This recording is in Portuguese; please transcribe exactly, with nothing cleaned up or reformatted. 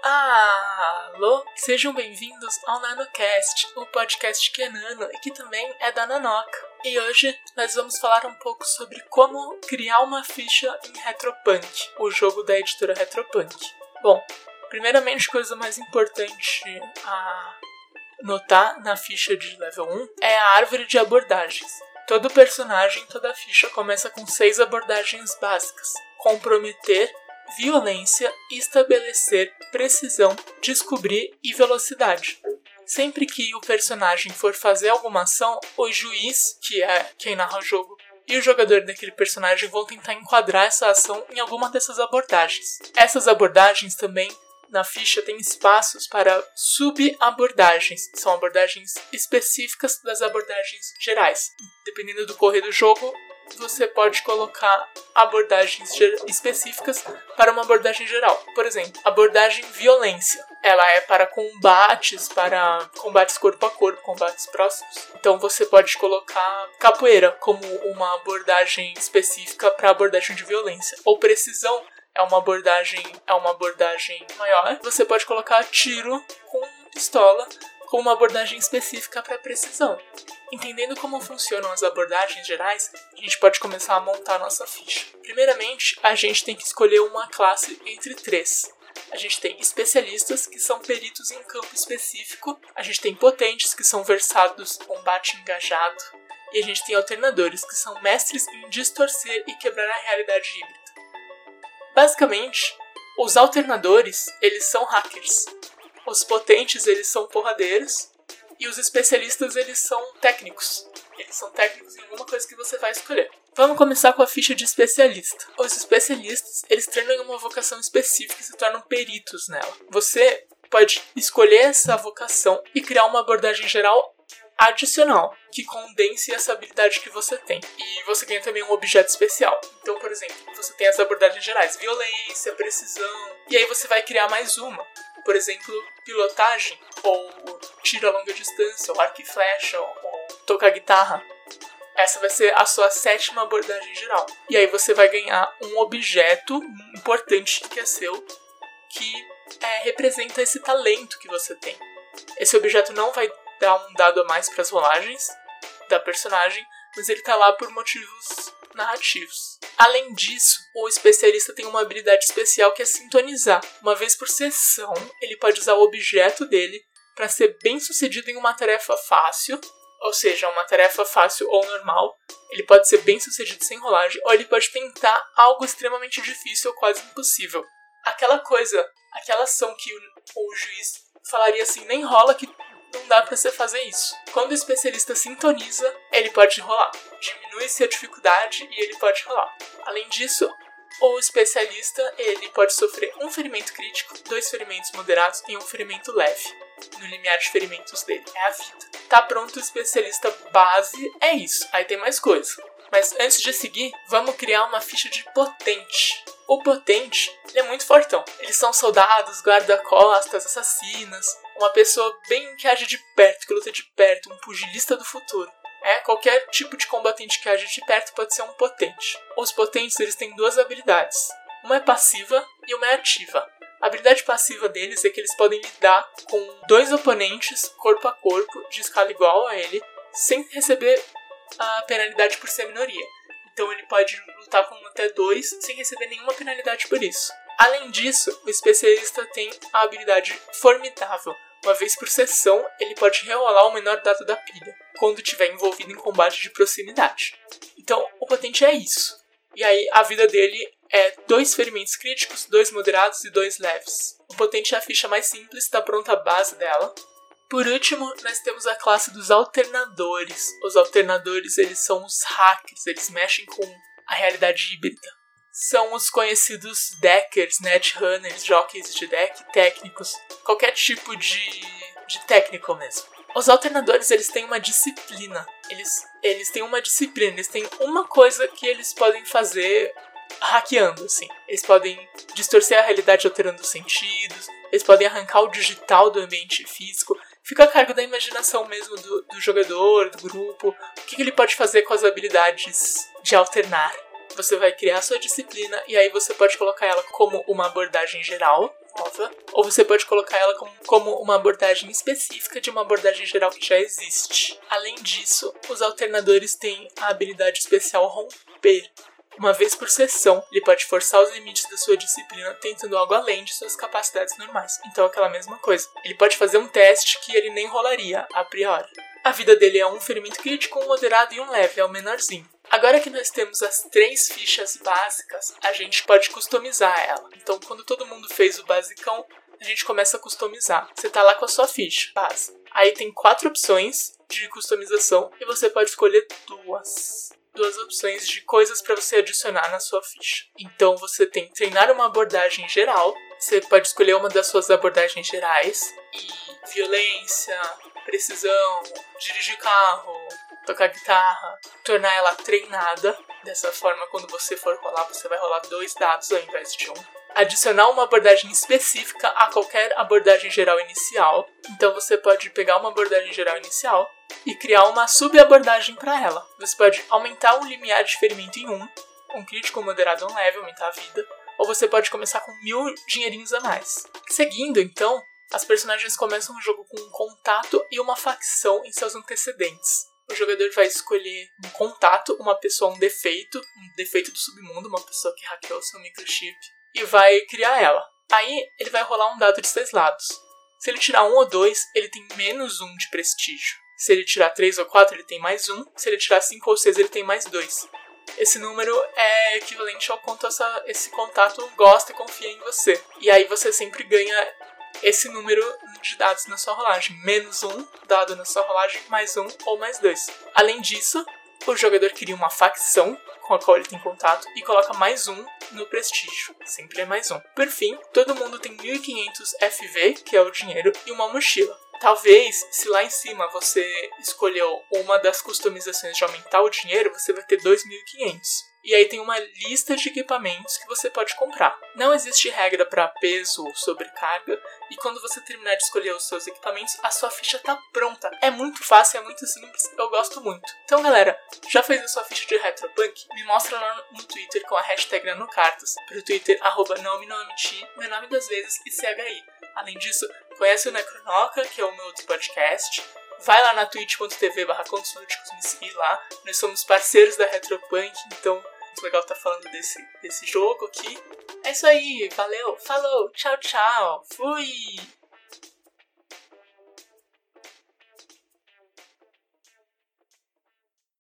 Alô, sejam bem-vindos ao NanoCast, o podcast que é nano e que também é da Nanoca. E hoje nós vamos falar um pouco sobre como criar uma ficha em Retropunk, o jogo da editora Retropunk. Bom, primeiramente, a coisa mais importante a notar na ficha de level um é a árvore de abordagens. Todo personagem, toda ficha começa com seis abordagens básicas: comprometer, violência, estabelecer, precisão, descobrir e velocidade. Sempre que o personagem for fazer alguma ação, o juiz, que é quem narra o jogo, e o jogador daquele personagem vão tentar enquadrar essa ação em alguma dessas abordagens. Essas abordagens também, na ficha, tem espaços para subabordagens, que são abordagens específicas das abordagens gerais. Dependendo do correr do jogo, você pode colocar abordagens específicas para uma abordagem geral. Por exemplo, abordagem violência. Ela é para combates, para combates corpo a corpo, combates próximos. Então você pode colocar capoeira como uma abordagem específica para abordagem de violência. Ou precisão é uma abordagem, é uma abordagem maior. Você pode colocar tiro com pistola como uma abordagem específica para precisão. Entendendo como funcionam as abordagens gerais, a gente pode começar a montar a nossa ficha. Primeiramente, a gente tem que escolher uma classe entre três. A gente tem especialistas, que são peritos em campo específico. A gente tem potentes, que são versados em combate engajado. E a gente tem alternadores, que são mestres em distorcer e quebrar a realidade híbrida. Basicamente, os alternadores, eles são hackers. Os potentes, eles são porradeiros. E os especialistas, eles são técnicos. Eles são técnicos em alguma coisa que você vai escolher. Vamos começar com a ficha de especialista. Os especialistas, eles treinam em uma vocação específica e se tornam peritos nela. Você pode escolher essa vocação e criar uma abordagem geral adicional, que condense essa habilidade que você tem. E você ganha também um objeto especial. Então, por exemplo, você tem as abordagens gerais: violência, precisão. E aí você vai criar mais uma. Por exemplo, pilotagem, ou tiro a longa distância, ou arco e flecha, ou, ou tocar guitarra. Essa vai ser a sua sétima abordagem geral. E aí você vai ganhar um objeto importante que é seu, que é, representa esse talento que você tem. Esse objeto não vai dar um dado a mais para as rolagens da personagem, mas ele tá lá por motivos narrativos. Além disso, o especialista tem uma habilidade especial que é sintonizar. Uma vez por sessão, ele pode usar o objeto dele para ser bem sucedido em uma tarefa fácil, ou seja, uma tarefa fácil ou normal. Ele pode ser bem sucedido sem rolagem, ou ele pode tentar algo extremamente difícil ou quase impossível. Aquela coisa, aquela ação que o, o juiz falaria assim: nem rola que não dá pra você fazer isso. Quando o especialista sintoniza, ele pode rolar. Diminui-se a dificuldade e ele pode rolar. Além disso, o especialista ele pode sofrer um ferimento crítico, dois ferimentos moderados e um ferimento leve. No limiar de ferimentos dele. É a vida. Tá pronto o especialista base, é isso. Aí tem mais coisa. Mas antes de seguir, vamos criar uma ficha de potente. O potente, ele é muito fortão. Eles são soldados, guarda-costas, assassinas, uma pessoa bem que age de perto, que luta de perto, um pugilista do futuro. É, qualquer tipo de combatente que age de perto pode ser um potente. Os potentes, eles têm duas habilidades. Uma é passiva e uma é ativa. A habilidade passiva deles é que eles podem lidar com dois oponentes, corpo a corpo, de escala igual a ele, sem receber a penalidade por ser minoria. Então ele pode lutar com até dois sem receber nenhuma penalidade por isso. Além disso, o especialista tem a habilidade formidável. Uma vez por sessão, ele pode rerolar o menor dado da pilha, quando estiver envolvido em combate de proximidade. Então, o potente é isso. E aí, a vida dele é dois ferimentos críticos, dois moderados e dois leves. O potente é a ficha mais simples, está pronta a base dela. Por último, nós temos a classe dos alternadores. Os alternadores, eles são os hackers, eles mexem com a realidade híbrida. São os conhecidos deckers, netrunners, jockeys de deck, técnicos, qualquer tipo de, de técnico mesmo. Os alternadores, eles têm uma disciplina. Eles, eles têm uma disciplina, eles têm uma coisa que eles podem fazer hackeando, assim. Eles podem distorcer a realidade alterando os sentidos, eles podem arrancar o digital do ambiente físico. Fica a cargo da imaginação mesmo do, do jogador, do grupo. O que, que ele pode fazer com as habilidades de alternar. você vai criar a sua disciplina e aí você pode colocar ela como uma abordagem geral, nova, ou você pode colocar ela como, como uma abordagem específica de uma abordagem geral que já existe. Além disso, os alternadores têm a habilidade especial romper. Uma vez por sessão, ele pode forçar os limites da sua disciplina tentando algo além de suas capacidades normais. Então, aquela mesma coisa. Ele pode fazer um teste que ele nem rolaria, a priori. A vida dele é um ferimento crítico, um moderado e um leve, é o menorzinho. Agora que nós temos as três fichas básicas, a gente pode customizar ela. Então, quando todo mundo fez o basicão, a gente começa a customizar. Você tá lá com a sua ficha base. Aí tem quatro opções de customização e você pode escolher duas. Duas opções de coisas para você adicionar na sua ficha. Então, você tem treinar uma abordagem geral. Você pode escolher uma das suas abordagens gerais. E violência, precisão, dirigir carro, tocar guitarra, tornar ela treinada. Dessa forma, quando você for rolar, você vai rolar dois dados ao invés de um. Adicionar uma abordagem específica a qualquer abordagem geral inicial. Então você pode pegar uma abordagem geral inicial e criar uma sub-abordagem para ela. Você pode aumentar um limiar de ferimento em um, um crítico, um moderado, um leve, aumentar a vida. Ou você pode começar com mil dinheirinhos a mais. Seguindo, então, as personagens começam o jogo com um contato e uma facção em seus antecedentes. O jogador vai escolher um contato, uma pessoa, um defeito, um defeito do submundo, uma pessoa que hackeou seu microchip, e vai criar ela. Aí ele vai rolar um dado de seis lados. Se ele tirar um ou dois, ele tem menos um de prestígio. Se ele tirar três ou quatro, ele tem mais um. Se ele tirar cinco ou seis, ele tem mais dois. Esse número é equivalente ao quanto essa, esse contato gosta e confia em você. E aí você sempre ganha esse número de dados na sua rolagem. Menos um dado na sua rolagem, mais um ou mais dois. Além disso, o jogador cria uma facção com a qual ele tem contato e coloca mais um no prestígio. Sempre é mais um. Por fim, todo mundo tem mil e quinhentos F V, que é o dinheiro, e uma mochila. Talvez, se lá em cima você escolheu uma das customizações de aumentar o dinheiro, você vai ter dois mil e quinhentos. E aí tem uma lista de equipamentos que você pode comprar. Não existe regra para peso ou sobrecarga, e quando você terminar de escolher os seus equipamentos, a sua ficha tá pronta. É muito fácil, é muito simples, eu gosto muito. Então galera, já fez a sua ficha de Retropunk? Me mostra lá no Twitter com a hashtag NanoCartas, pro Twitter, arroba não me nome ti, meu nome duas vezes e C H I. Além disso, conhece o Necronoca, que é o meu outro podcast. Vai lá na twitch ponto tv barra contos lúdicos, me seguir lá. Nós somos parceiros da Retropunk, então muito legal estar falando desse, desse jogo aqui. É isso aí, valeu, falou, tchau, tchau, fui!